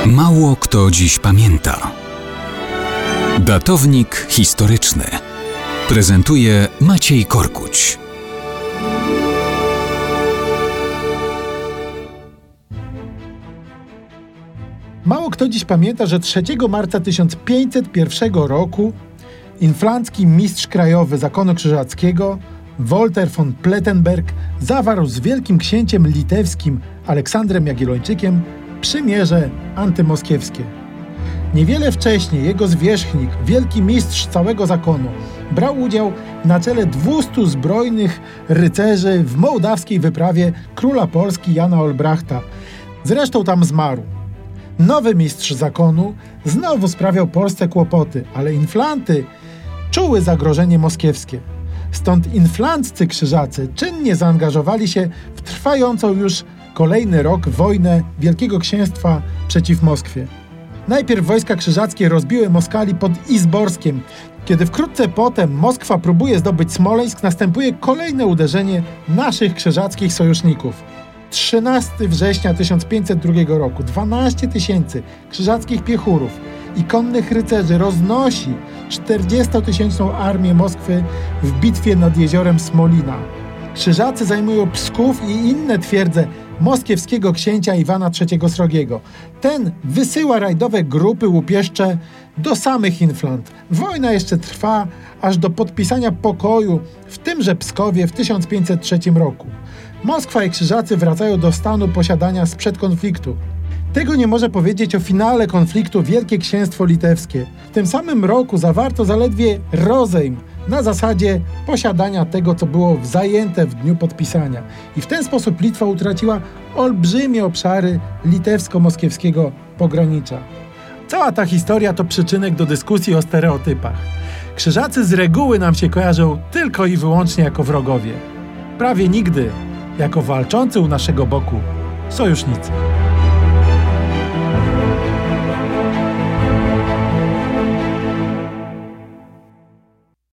Mało kto dziś pamięta. Datownik historyczny prezentuje Maciej Korkuć. Mało kto dziś pamięta, że 3 marca 1501 roku inflancki mistrz krajowy zakonu krzyżackiego Wolter von Plettenberg zawarł z wielkim księciem litewskim Aleksandrem Jagiellończykiem przymierze antymoskiewskie. Niewiele wcześniej jego zwierzchnik, wielki mistrz całego zakonu, brał udział na czele 200 zbrojnych rycerzy w mołdawskiej wyprawie króla Polski Jana Olbrachta. Zresztą tam zmarł. Nowy mistrz zakonu znowu sprawiał Polsce kłopoty, ale inflanty czuły zagrożenie moskiewskie. Stąd inflanccy krzyżacy czynnie zaangażowali się w trwającą już kolejny rok wojnę Wielkiego Księstwa przeciw Moskwie. Najpierw wojska krzyżackie rozbiły Moskali pod Izborskiem. Kiedy wkrótce potem Moskwa próbuje zdobyć Smoleńsk, następuje kolejne uderzenie naszych krzyżackich sojuszników. 13 września 1502 roku 12 000 krzyżackich piechurów i konnych rycerzy roznosi 40-tysięczną armię Moskwy w bitwie nad jeziorem Smolina. Krzyżacy zajmują Psków i inne twierdze moskiewskiego księcia Iwana III Srogiego. Ten wysyła rajdowe grupy łupieszcze do samych Inflant. Wojna jeszcze trwa aż do podpisania pokoju w tymże Pskowie w 1503 roku. Moskwa i krzyżacy wracają do stanu posiadania sprzed konfliktu. Tego nie może powiedzieć o finale konfliktu Wielkie Księstwo Litewskie. W tym samym roku zawarto zaledwie rozejm na zasadzie posiadania tego, co było zajęte w dniu podpisania. I w ten sposób Litwa utraciła olbrzymie obszary litewsko-moskiewskiego pogranicza. Cała ta historia to przyczynek do dyskusji o stereotypach. Krzyżacy z reguły nam się kojarzą tylko i wyłącznie jako wrogowie. Prawie nigdy jako walczący u naszego boku sojusznicy.